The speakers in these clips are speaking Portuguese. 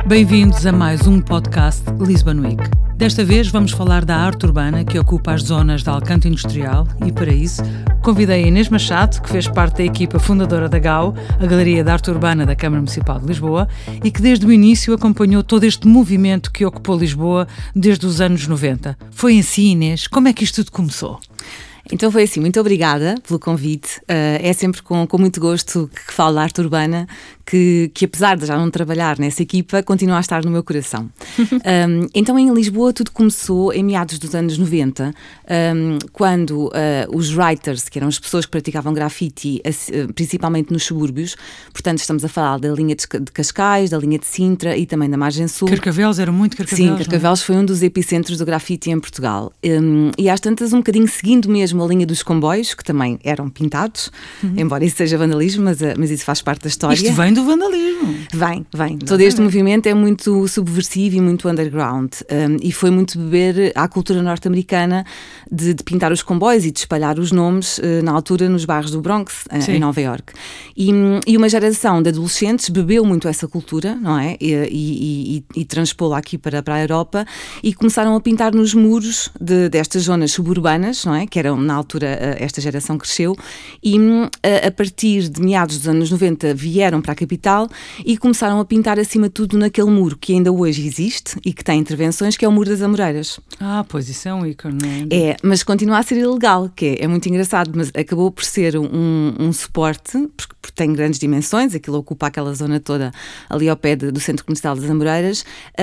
Bem-vindos a mais um podcast Lisbon Week. Desta vez vamos falar da arte urbana que ocupa as zonas da Alcântara Industrial e, para isso, convidei a Inês Machado, que fez parte da equipa fundadora da GAU, a Galeria de Arte Urbana da Câmara Municipal de Lisboa, e que desde o início acompanhou todo este movimento que ocupou Lisboa desde os anos 90. Foi assim, Inês? Como é que isto tudo começou? Então foi assim, muito obrigada pelo convite. É sempre com muito gosto que falo da arte urbana, que apesar de já não trabalhar nessa equipa, continua a estar no meu coração. Então em Lisboa tudo começou em meados dos anos 90, quando os writers, que eram as pessoas que praticavam grafite, principalmente nos subúrbios, portanto estamos a falar da linha de Cascais, da linha de Sintra e também da Margem Sul. Carcavelos, era muito Carcavelos. Sim, Carcavelos foi um dos epicentros do grafite em Portugal. E às tantas, um bocadinho seguindo mesmo a linha dos comboios, que também eram pintados, embora isso seja vandalismo, mas isso faz parte da história. Isto vem do vandalismo. Vem. Todo este movimento é muito subversivo e muito underground. E foi muito beber à cultura norte-americana de pintar os comboios e de espalhar os nomes, na altura, nos bairros do Bronx, em Nova Iorque. E uma geração de adolescentes bebeu muito essa cultura, não é? E transpô-la aqui para a Europa e começaram a pintar nos muros destas zonas suburbanas, não é? Que eram, na altura, esta geração cresceu e a partir de meados dos anos 90 vieram para a capital e começaram a pintar acima de tudo naquele muro que ainda hoje existe e que tem intervenções, que é o Muro das Amoreiras. Pois isso é um ícone, não é? É, mas continua a ser ilegal, que é muito engraçado, mas acabou por ser um suporte, porque tem grandes dimensões, aquilo ocupa aquela zona toda ali ao pé do Centro Comercial das Amoreiras,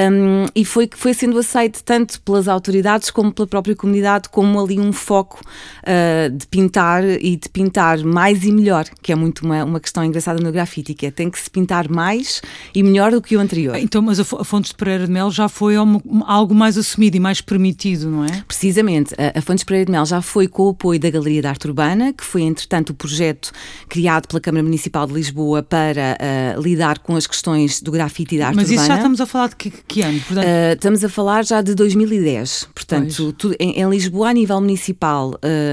e foi sendo aceito tanto pelas autoridades como pela própria comunidade como ali um foco de pintar e de pintar mais e melhor, que é muito uma questão engraçada no grafite, que é tem que se pintar mais e melhor do que o anterior. Então, mas a Fontes de Pereira de Mel já foi algo mais assumido e mais permitido, não é? Precisamente, a Fontes de Pereira de Mel já foi com o apoio da Galeria de Arte Urbana, que foi entretanto o projeto criado pela Câmara Municipal de Lisboa para lidar com as questões do grafite e da arte urbana. Mas isso já estamos a falar de que ano? Portanto... Estamos a falar já de 2010, portanto em Lisboa, a nível municipal,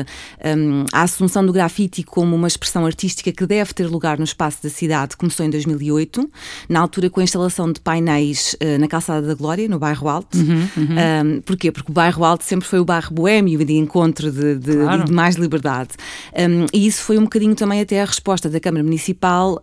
a assunção do grafite como uma expressão artística que deve ter lugar no espaço da cidade começou em 2008, na altura com a instalação de painéis na Calçada da Glória, no Bairro Alto. Porquê? Porque o Bairro Alto sempre foi o bairro boémio e de encontro de mais liberdade. E isso foi um bocadinho também até a resposta da Câmara Municipal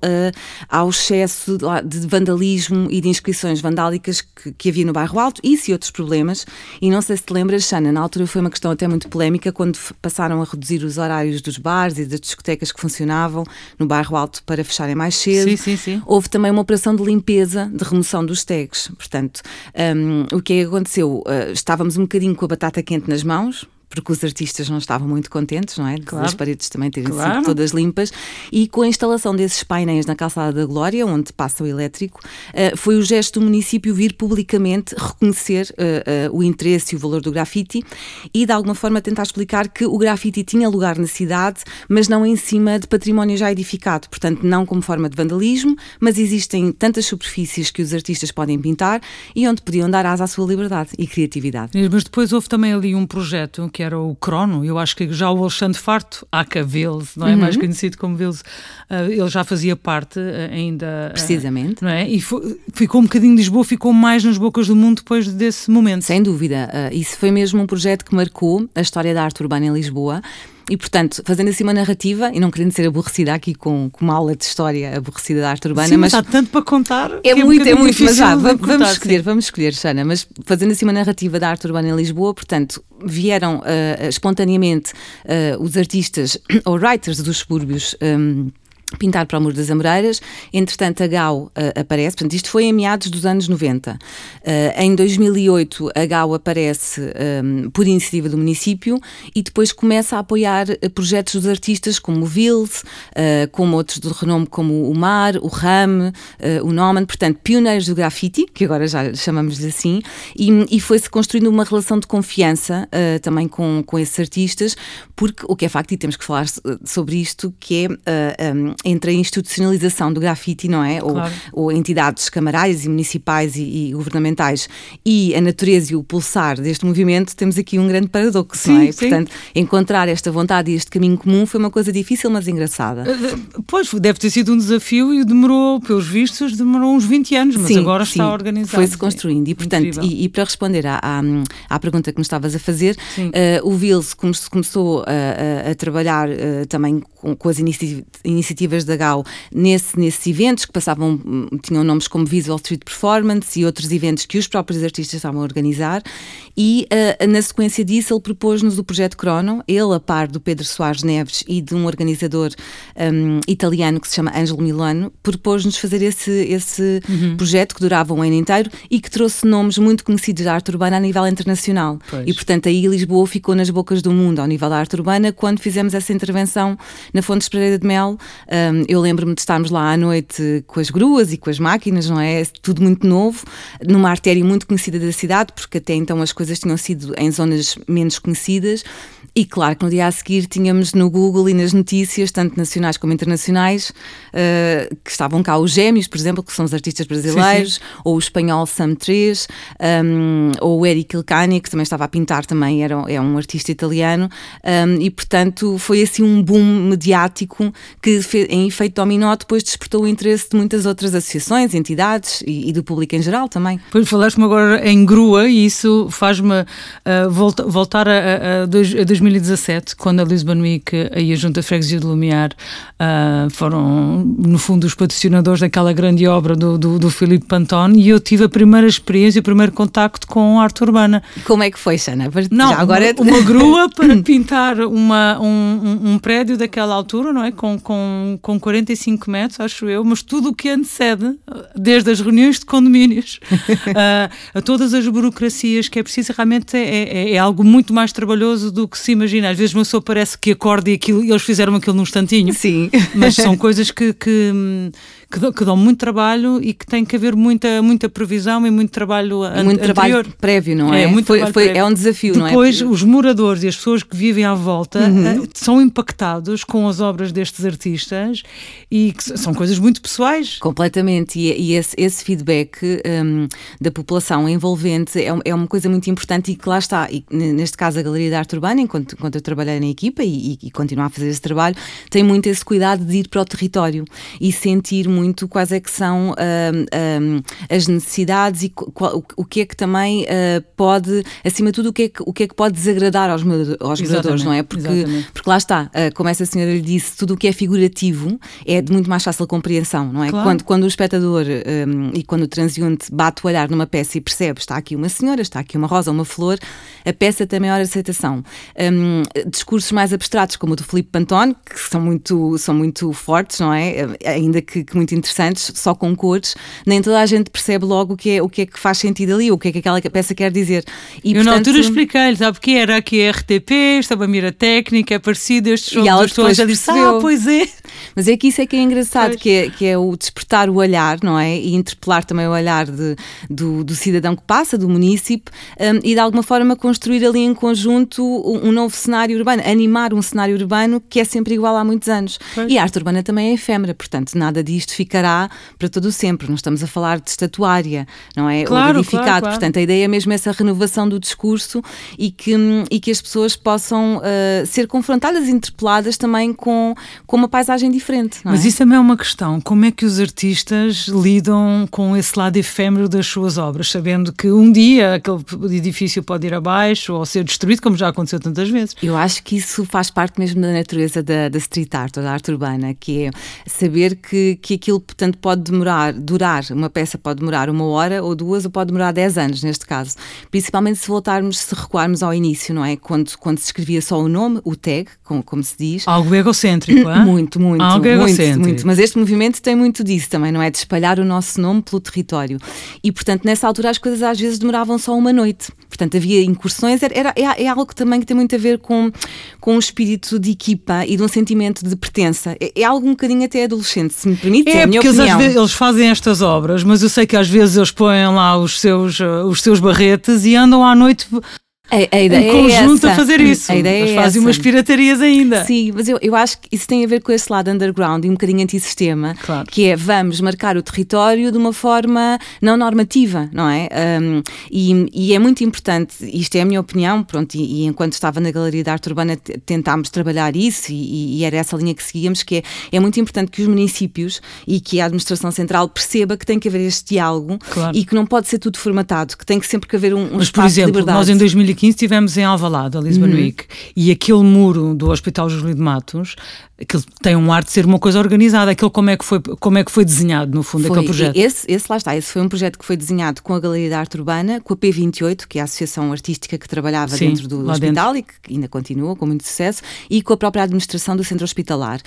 ao excesso de vandalismo e de inscrições vandálicas que havia no Bairro Alto, isso e outros problemas. E não sei se te lembras, Xana, na altura foi uma questão até muito polémica quando passaram a reduzir os horários dos bares e das discotecas que funcionavam no Bairro Alto para fecharem mais cedo. Sim. Houve também uma operação de limpeza, de remoção dos tags. Portanto, o que aconteceu? Estávamos um bocadinho com a batata quente nas mãos, porque os artistas não estavam muito contentes, não é? Claro. As paredes também terem sido todas limpas. E com a instalação desses painéis na Calçada da Glória, onde passa o elétrico, foi o gesto do município vir publicamente reconhecer o interesse e o valor do grafite e, de alguma forma, tentar explicar que o grafite tinha lugar na cidade, mas não em cima de património já edificado. Portanto, não como forma de vandalismo, mas existem tantas superfícies que os artistas podem pintar e onde podiam dar asa à sua liberdade e criatividade. Mas depois houve também ali um projeto que era o Crono. Eu acho que já o Alexandre Farto, aka Vils, não é? Mais conhecido como Vils, ele já fazia parte ainda. Precisamente. Não é? E ficou um bocadinho de Lisboa, ficou mais nas bocas do mundo depois desse momento. Sem dúvida. Isso foi mesmo um projeto que marcou a história da arte urbana em Lisboa. E, portanto, fazendo assim uma narrativa, e não querendo ser aborrecida aqui com uma aula de história aborrecida da arte urbana. Sim, mas há tanto para contar. É muito, mas vamos escolher, Xana, mas fazendo assim uma narrativa da arte urbana em Lisboa, portanto, vieram espontaneamente os artistas ou writers dos subúrbios pintar para o Muro das Amoreiras. Entretanto, a GAU aparece, portanto, isto foi em meados dos anos 90. Em 2008, a GAU aparece por iniciativa do município e depois começa a apoiar projetos dos artistas como o Vils, como outros de renome como o Mar, o Ram, o Noman, portanto, pioneiros do grafite, que agora já chamamos-lhe assim, e foi-se construindo uma relação de confiança também com esses artistas, porque o que é facto, e temos que falar sobre isto, que é entre a institucionalização do grafite, não é? Claro. Ou entidades camarárias e municipais e governamentais e a natureza e o pulsar deste movimento, temos aqui um grande paradoxo, sim, não é? Sim. Portanto, encontrar esta vontade e este caminho comum foi uma coisa difícil, mas engraçada. Pois, deve ter sido um desafio e demorou, pelos vistos, demorou uns 20 anos, mas sim, agora está organizado. Foi-se construindo e, portanto, e para responder à pergunta que me estavas a fazer, o Vils começou a trabalhar também com as iniciativas da GAU nesses eventos que tinham nomes como Visual Street Performance e outros eventos que os próprios artistas estavam a organizar, e na sequência disso ele propôs-nos o projeto Crono, ele a par do Pedro Soares Neves e de um organizador italiano que se chama Ângelo Milano, propôs-nos fazer esse projeto que durava um ano inteiro e que trouxe nomes muito conhecidos da arte urbana a nível internacional. Pois. E portanto aí Lisboa ficou nas bocas do mundo ao nível da arte urbana quando fizemos essa intervenção na Fontes Pereira de Mel. Eu lembro-me de estarmos lá à noite com as gruas e com as máquinas, não é? Tudo muito novo, numa artéria muito conhecida da cidade, porque até então as coisas tinham sido em zonas menos conhecidas. E claro que no dia a seguir tínhamos no Google e nas notícias, tanto nacionais como internacionais, que estavam cá os Gêmeos, por exemplo, que são os artistas brasileiros, sim. Ou o espanhol Sam 3, ou o Eric Ilcani, que também estava a pintar, também é um artista italiano, e portanto foi assim um boom mediático que em efeito dominó depois despertou o interesse de muitas outras associações, entidades e do público em geral também. Pois falaste-me agora em grua e isso faz-me voltar a 2017, quando a Lisbon Week e a Junta de Freguesia de Lumiar foram, no fundo, os patrocinadores daquela grande obra do Filipe Pantone, e eu tive a primeira experiência, o primeiro contacto com a arte urbana. Como é que foi, Xana? Não, uma grua para pintar um prédio daquela altura, não é? Com 45 metros, acho eu, mas tudo o que antecede, desde as reuniões de condomínios a todas as burocracias que é preciso, realmente é algo muito mais trabalhoso do que se imagina. Às vezes uma pessoa parece que acorda e eles fizeram aquilo num instantinho. Sim. Mas são coisas que dão muito trabalho e que tem que haver muita previsão e muito trabalho anterior. Muito trabalho prévio, não é? É um desafio, não é? Depois, os moradores e as pessoas que vivem à volta são impactados com as obras destes artistas e que são coisas muito pessoais. Completamente. E esse feedback da população envolvente é uma coisa muito importante e que lá está. E neste caso, a Galeria de Arte Urbana, enquanto eu trabalhei na equipa e continuo a fazer esse trabalho, tem muito esse cuidado de ir para o território e sentir muito quais é que são as necessidades e o que é que também pode, acima de tudo, o que é que pode desagradar aos moradores, não é? Porque lá está, como essa senhora lhe disse, tudo o que é figurativo é de muito mais fácil compreensão, não é? Claro. Quando o espectador e quando o transeunte bate o olhar numa peça e percebe, está aqui uma senhora, está aqui uma rosa, uma flor, a peça tem maior aceitação. Discursos mais abstratos, como o do Filipe Pantone, que são muito fortes, não é? Ainda que muito interessantes, só com cores, nem toda a gente percebe logo o que é que faz sentido ali, o que é que aquela peça quer dizer. E, eu, portanto, na altura expliquei-lhe, sabe o que era? Aqui é RTP, estava a mira técnica, é parecido, estes jogos. E ela depois percebeu. Pois é. Mas é que isso é que é engraçado, que é o despertar o olhar, não é? E interpelar também o olhar do cidadão que passa, do munícipe, e de alguma forma construir ali em conjunto um novo cenário urbano, animar um cenário urbano que é sempre igual há muitos anos. Pois. E a arte urbana também é efêmera, portanto, nada disto ficará para todo o sempre. Não estamos a falar de estatuária, não é? Claro, ou de edificado. Claro. Portanto, a ideia é mesmo essa renovação do discurso e que as pessoas possam ser confrontadas e interpeladas também com uma paisagem diferente. Não é? Mas isso também é uma questão. Como é que os artistas lidam com esse lado efêmero das suas obras, sabendo que um dia aquele edifício pode ir abaixo ou ser destruído, como já aconteceu tantas vezes? Eu acho que isso faz parte mesmo da natureza da street art, ou da arte urbana, que é saber que aquilo, portanto, pode durar, uma peça pode demorar 1 hora ou 2, ou pode demorar 10 anos, neste caso. Principalmente se recuarmos ao início, não é? Quando se escrevia só o nome, o tag, como se diz. Algo egocêntrico, é? Muito. Mas este movimento tem muito disso também, não é? De espalhar o nosso nome pelo território. E, portanto, nessa altura as coisas às vezes demoravam só 1 noite. Portanto, havia incursões, é algo também que tem muito a ver com um espírito de equipa e de um sentimento de pertença. É algo um bocadinho até adolescente, se me permite, é a minha opinião. Às vezes eles fazem estas obras, mas eu sei que às vezes eles põem lá os seus barretes e andam à noite A ideia um conjunto é essa. A fazer isso. A ideia Eles é fazem essa. umas piratarias ainda. Sim, mas eu acho que isso tem a ver com esse lado underground e um bocadinho antissistema, claro. Que é vamos marcar o território de uma forma não normativa, não é? E é muito importante, isto é a minha opinião, pronto, e enquanto estava na Galeria de Arte Urbana tentámos trabalhar isso e era essa linha que seguíamos, que é muito importante que os municípios e que a Administração Central perceba que tem que haver este diálogo, claro. E que não pode ser tudo formatado, que tem que sempre haver um espaço de liberdade. Por exemplo, nós em 2015 estivemos em Alvalade, a Lisbon Week, e aquele muro do Hospital Júlio de Matos, aquilo tem um ar de ser uma coisa organizada. Aquilo como é que foi desenhado, no fundo, aquele projeto? Esse foi um projeto que foi desenhado com a Galeria de Arte Urbana, com a P28, que é a associação artística que trabalhava dentro do hospital e que ainda continua com muito sucesso, e com a própria administração do centro hospitalar.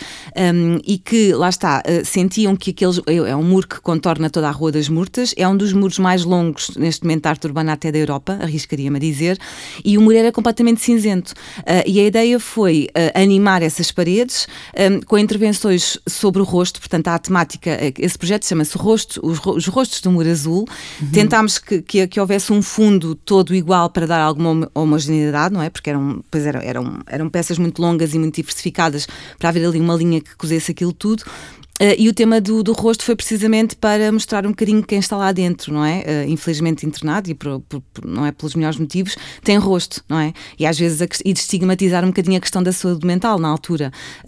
E que, lá está, sentiam que é um muro que contorna toda a Rua das Murtas, é um dos muros mais longos neste momento da arte urbana até da Europa, arriscaria-me a dizer, e o muro era completamente cinzento. E a ideia foi animar essas paredes com intervenções sobre o rosto, portanto a temática, esse projeto chama-se Os Rostos do Muro Azul. Tentámos que houvesse um fundo todo igual para dar alguma homogeneidade, não é? Porque eram peças muito longas e muito diversificadas para haver ali uma linha que cozesse aquilo tudo. E o tema do rosto foi precisamente para mostrar um bocadinho quem está lá dentro, não é? Infelizmente internado e não é pelos melhores motivos, tem rosto, não é? E às vezes de estigmatizar um bocadinho a questão da saúde mental na altura.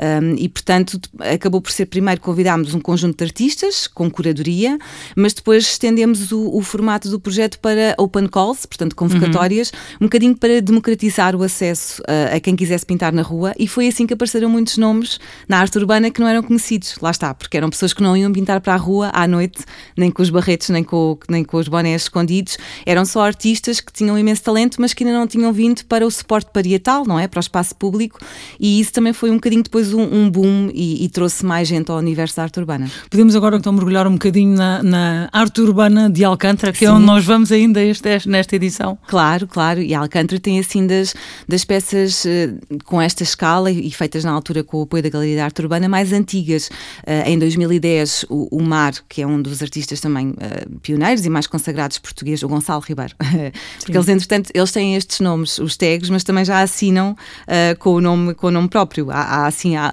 E portanto acabou por ser, primeiro convidámos um conjunto de artistas com curadoria, mas depois estendemos o formato do projeto para open calls, portanto convocatórias, um bocadinho para democratizar o acesso a quem quisesse pintar na rua, e foi assim que apareceram muitos nomes na arte urbana que não eram conhecidos, lá está, porque eram pessoas que não iam pintar para a rua à noite, nem com os barretes, nem com os bonés escondidos. Eram só artistas que tinham imenso talento, mas que ainda não tinham vindo para o suporte parietal, não é? Para o espaço público, e isso também foi um bocadinho depois um boom e trouxe mais gente ao universo da arte urbana. Podemos agora então mergulhar um bocadinho na arte urbana de Alcântara, que é onde nós vamos ainda nesta edição. Claro, e Alcântara tem assim das peças com esta escala e feitas na altura com o apoio da Galeria de Arte Urbana mais antigas. Em 2010, o Mar, que é um dos artistas também pioneiros e mais consagrados portugueses, o Gonçalo Ribeiro, porque eles, entretanto, eles têm estes nomes, os tags, mas também já assinam com o nome próprio. Há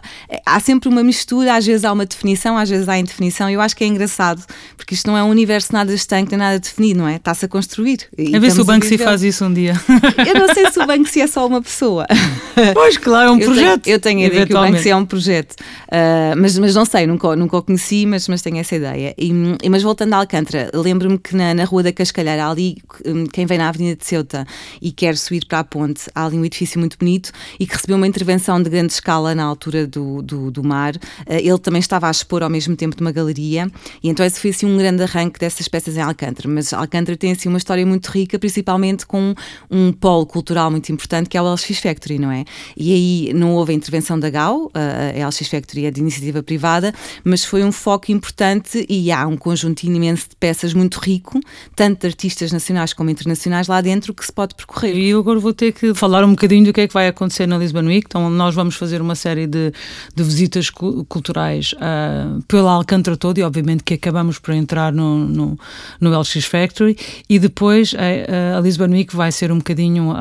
sempre uma mistura, às vezes há uma definição, às vezes há indefinição, e eu acho que é engraçado, porque isto não é um universo nada estanque, nem nada definido, não é? Está-se a construir. A ver se o Banksy faz isso um dia. Eu não sei se o Banksy é só uma pessoa. Pois, claro, é um projeto. Eu tenho a ideia que o Banksy é um projeto, mas não sei, nunca o conheci, mas tenho essa ideia. Mas voltando a Alcântara, lembro-me que na Rua da Cascalheira, ali, quem vem na Avenida de Ceuta e quer subir para a ponte, há ali um edifício muito bonito e que recebeu uma intervenção de grande escala na altura do Mar. Ele também estava a expor ao mesmo tempo de uma galeria, e então esse foi assim um grande arranque dessas peças em Alcântara. Mas Alcântara tem assim uma história muito rica, principalmente com um polo cultural muito importante, que é o LX Factory, não é? E aí não houve a intervenção da GAU, a LX Factory é de iniciativa privada, mas foi um foco importante e há um conjunto imenso de peças muito rico, tanto de artistas nacionais como internacionais lá dentro, que se pode percorrer. E eu agora vou ter que falar um bocadinho do que é que vai acontecer na Lisbon Week. Então nós vamos fazer uma série de visitas culturais pela Alcântara todo, e obviamente que acabamos por entrar no LX Factory, e depois a Lisbon Week vai ser um bocadinho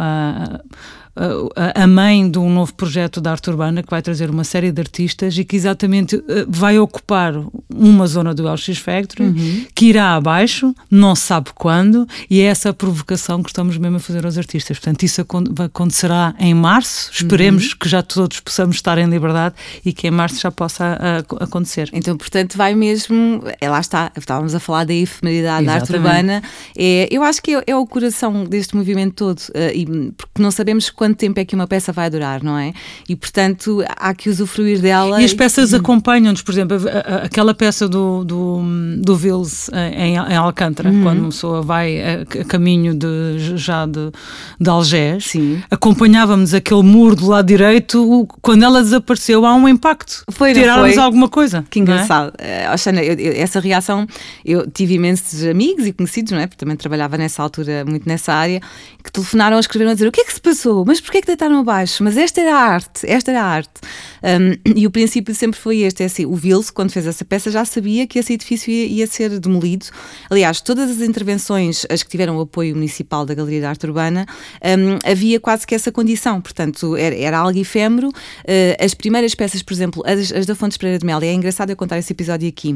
a mãe de um novo projeto da arte urbana que vai trazer uma série de artistas e que exatamente vai ocupar uma zona do LX Factory, que irá abaixo, não se sabe quando, e é essa a provocação que estamos mesmo a fazer aos artistas. Portanto, isso acontecerá em março, esperemos que já todos possamos estar em liberdade e que em março já possa acontecer. Então, portanto, vai mesmo, lá está, estávamos a falar da efemeridade da arte urbana, eu acho que é o coração deste movimento todo, porque não sabemos quanto tempo é que uma peça vai durar, não é? E, portanto, há que usufruir dela. E as peças acompanham-nos, por exemplo, aquela peça do Vils em Alcântara, quando uma pessoa vai a caminho de Algés, acompanhávamos aquele muro do lado direito, quando ela desapareceu, há um impacto. Tirarmos alguma coisa. Que engraçado. Oxana, essa reação, eu tive imensos amigos e conhecidos, não é? Porque também trabalhava nessa altura, muito nessa área, que telefonaram a escreveram a dizer: o que é que se passou? mas porquê é que deitaram abaixo? Mas esta era a arte. E o princípio sempre foi este, é assim, o Wills, quando fez essa peça, já sabia que esse edifício ia ser demolido. Aliás, todas as intervenções, as que tiveram o apoio municipal da Galeria de Arte Urbana, havia quase que essa condição, portanto, era algo efêmero. As primeiras peças, por exemplo, as da Fontes Pereira de Mel, é engraçado eu contar esse episódio aqui,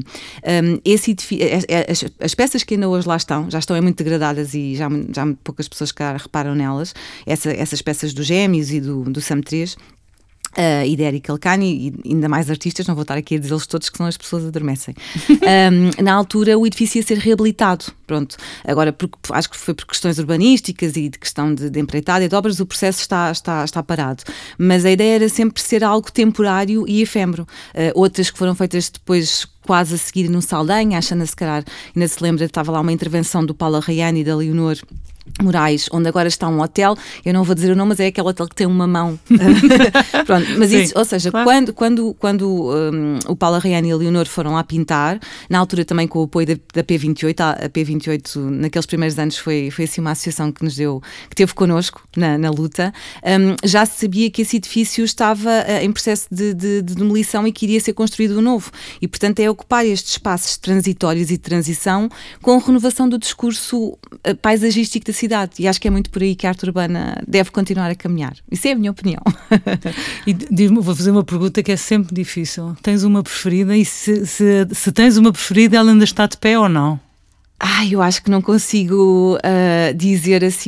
as peças que ainda hoje lá estão, já estão muito degradadas e já poucas pessoas que reparam nelas, essas peças dos Gêmeos e do SAM 3, e da Eric Elkani, e ainda mais artistas, não vou estar aqui a dizê-los todos que são as pessoas adormecem. Na altura o edifício ia ser reabilitado, pronto. Agora, acho que foi por questões urbanísticas e de questão de empreitada e de obras, o processo está parado. Mas a ideia era sempre ser algo temporário e efêmero. Outras que foram feitas depois quase a seguir no Saldanha, a Xana se calhar ainda se lembra, estava lá uma intervenção do Paulo Arraiani e da Leonor Moraes, onde agora está um hotel, eu não vou dizer o nome, mas é aquele hotel que tem uma mão. Pronto, mas isso, ou seja, claro. quando o Paulo Arraiani e a Leonor foram lá pintar, na altura também com o apoio da P28, a P28 naqueles primeiros anos foi assim uma associação que teve connosco na luta, já se sabia que esse edifício estava em processo de demolição e que iria ser construído novo, e portanto é ocupar estes espaços transitórios e de transição com renovação do discurso paisagístico da cidade, e acho que é muito por aí que a arte urbana deve continuar a caminhar. Isso é a minha opinião. E diz-me, vou fazer uma pergunta que é sempre difícil. Tens uma preferida? E se tens uma preferida, ela ainda está de pé ou não? Eu acho que não consigo dizer assim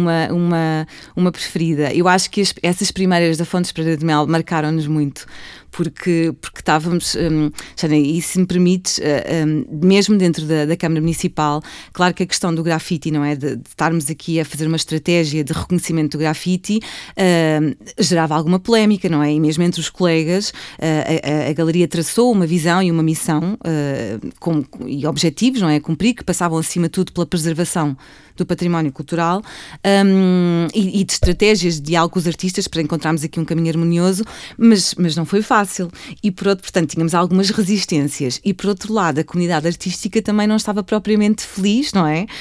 uma preferida. Eu acho que essas primeiras da Fontes Pereira de Mel marcaram-nos muito, porque estávamos, e se me permites, mesmo dentro da Câmara Municipal, claro que a questão do grafite, não é, de estarmos aqui a fazer uma estratégia de reconhecimento do grafite, gerava alguma polémica, não é? E mesmo entre os colegas, a Galeria traçou uma visão e uma missão e objetivos, não é, a cumprir, que passavam acima de tudo pela preservação do património cultural, e de estratégias de diálogo com os artistas para encontrarmos aqui um caminho harmonioso, mas não foi fácil. E portanto, tínhamos algumas resistências. E por outro lado, a comunidade artística também não estava propriamente feliz, não é?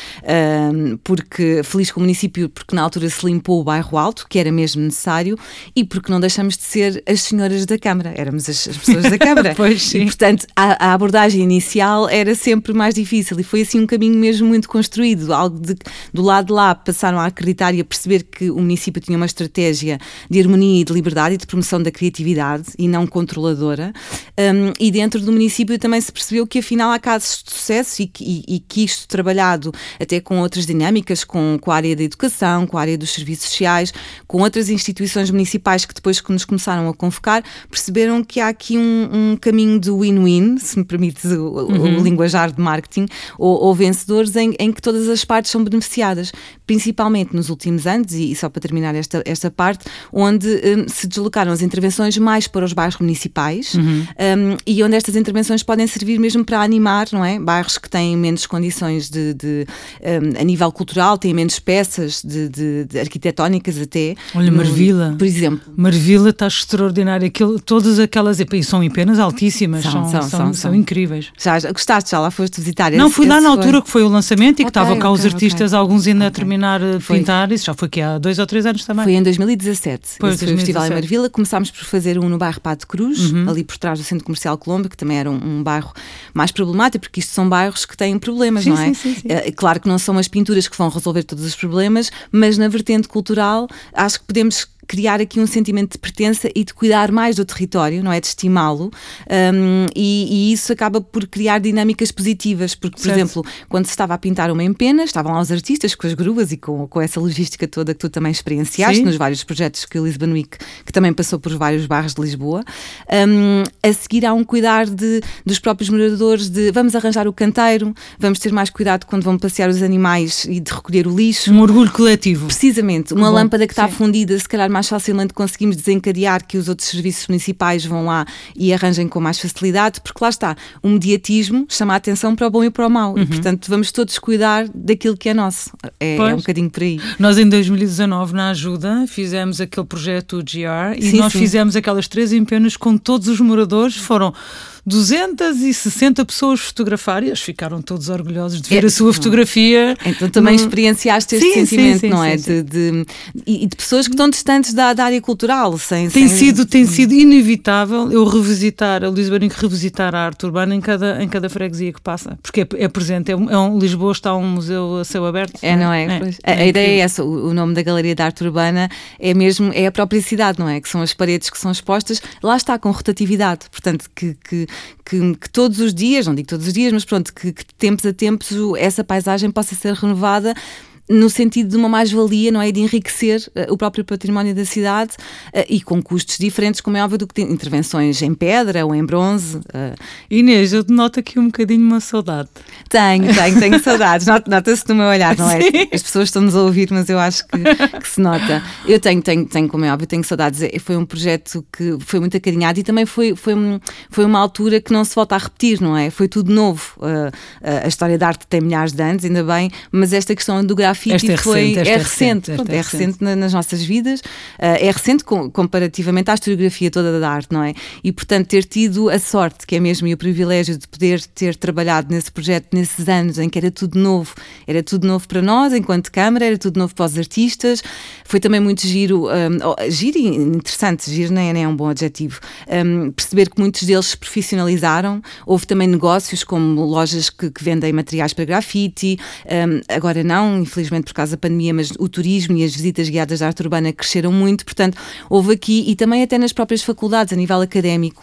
Feliz com o município, porque na altura se limpou o bairro Alto, que era mesmo necessário, e porque não deixamos de ser as senhoras da Câmara. Éramos as pessoas da Câmara. Pois, sim. E portanto, a abordagem inicial era sempre mais difícil. E foi assim um caminho mesmo muito construído, algo do lado de lá passaram a acreditar e a perceber que o município tinha uma estratégia de harmonia e de liberdade e de promoção da criatividade e não controladora, e dentro do município também se percebeu que afinal há casos de sucesso e que isto trabalhado até com outras dinâmicas, com a área da educação, com a área dos serviços sociais, com outras instituições municipais que depois que nos começaram a convocar, perceberam que há aqui um caminho de win-win, se me permites o linguajar de marketing, ou vencedores em que todas as partes são beneficiadas, principalmente nos últimos anos, e só para terminar esta parte, onde se deslocaram as intervenções mais para os bairros municipais, e onde estas intervenções podem servir mesmo para animar, não é? Bairros que têm menos condições a nível cultural, têm menos peças de arquitetónicas até. Olha, Marvila, por exemplo. Marvila está extraordinária. Todas aquelas, e são em penas altíssimas, são incríveis. Já gostaste? Já lá foste visitar? Não, fui lá na altura que foi o lançamento e que estavam cá os artistas, alguns ainda a terminar de pintar. Isso já foi aqui há 2 ou 3 anos também. Foi em 2017. Foi o Festival em Marvila. Começámos por fazer no bairro Pato Cruz, ali por trás do Centro Comercial Colombo, que também era um bairro mais problemático, porque isto são bairros que têm problemas, não é? Sim. Claro que não são as pinturas que vão resolver todos os problemas, mas na vertente cultural acho que podemos criar aqui um sentimento de pertença e de cuidar mais do território, não é? De estimá-lo, e isso acaba por criar dinâmicas positivas, porque, por exemplo, quando se estava a pintar uma empena, estavam lá os artistas com as gruas e com essa logística toda que tu também experienciaste nos vários projetos que o Lisbon Week, que também passou por vários bairros de Lisboa. A seguir há um cuidar dos próprios moradores de vamos arranjar o canteiro, vamos ter mais cuidado quando vão passear os animais e de recolher o lixo. Um orgulho coletivo. Precisamente. Uma lâmpada que está fundida, se calhar mais facilmente conseguimos desencadear que os outros serviços municipais vão lá e arranjem com mais facilidade, porque lá está, o mediatismo chama a atenção para o bom e para o mau, e portanto vamos todos cuidar daquilo que é nosso. É um bocadinho por aí. Nós em 2019, na Ajuda, fizemos aquele projeto GR e nós fizemos aquelas 3 empenas com todos os moradores, foram 260 pessoas fotografar e eles ficaram todos orgulhosos de ver a sua fotografia. Então também experienciaste este sentimento, não é? E de pessoas que estão distantes da área cultural. Tem sido inevitável eu revisitar a Lisboa, revisitar a arte urbana em cada freguesia que passa, porque é presente. Lisboa está um museu a céu aberto. Não é? A ideia é essa. O nome da Galeria de Arte Urbana é a própria cidade, não é? Que são as paredes que são expostas, lá está, com rotatividade. Portanto, que todos os dias, não digo todos os dias, mas pronto, que de tempos a tempos essa paisagem possa ser renovada no sentido de uma mais-valia, não é? De enriquecer o próprio património da cidade e com custos diferentes, como é óbvio, do que intervenções em pedra ou em bronze. Inês, eu noto aqui um bocadinho uma saudade. Tenho saudades. Nota-se no meu olhar, não é? Sim. As pessoas estão-nos a ouvir, mas eu acho que se nota. Eu tenho, como é óbvio, tenho saudades. Foi um projeto que foi muito acarinhado e também foi uma altura que não se volta a repetir, não é? Foi tudo novo. A história da arte tem milhares de anos, ainda bem, mas esta questão do grafite é recente nas nossas vidas, é recente comparativamente à historiografia toda da arte, não é? E portanto ter tido a sorte, que é mesmo, e o privilégio de poder ter trabalhado nesse projeto nesses anos em que era tudo novo para nós enquanto Câmara, era tudo novo para os artistas, foi também muito giro e interessante, giro nem é um bom adjetivo, perceber que muitos deles se profissionalizaram. Houve também negócios como lojas que vendem materiais para grafite, agora não, infelizmente por causa da pandemia, mas o turismo e as visitas guiadas de arte urbana cresceram muito, portanto houve aqui, e também até nas próprias faculdades a nível académico,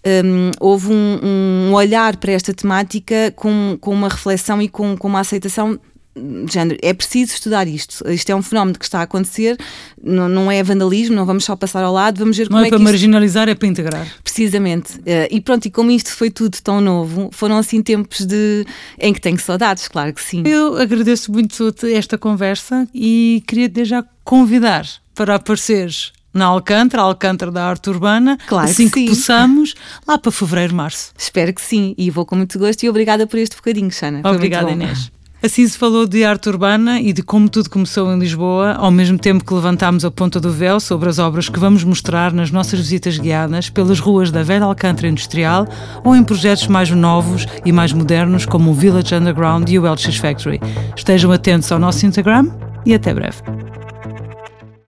houve um olhar para esta temática com uma reflexão e com uma aceitação de género. É preciso estudar isto é um fenómeno que está a acontecer, não é vandalismo, não vamos só passar ao lado, vamos ver como é para marginalizar, é para integrar. Precisamente. E pronto, e como isto foi tudo tão novo, foram assim tempos em que tenho saudades, claro que sim. Eu agradeço muito esta conversa e queria desde já convidar para apareceres na Alcântara da Arte Urbana, claro, assim que possamos, lá para fevereiro, março. Espero que sim, e vou com muito gosto, e obrigada por este bocadinho, Xana. Obrigada, Inês. Assim se falou de arte urbana e de como tudo começou em Lisboa, ao mesmo tempo que levantámos a ponta do véu sobre as obras que vamos mostrar nas nossas visitas guiadas pelas ruas da velha Alcântara Industrial ou em projetos mais novos e mais modernos como o Village Underground e o LX Factory. Estejam atentos ao nosso Instagram e até breve.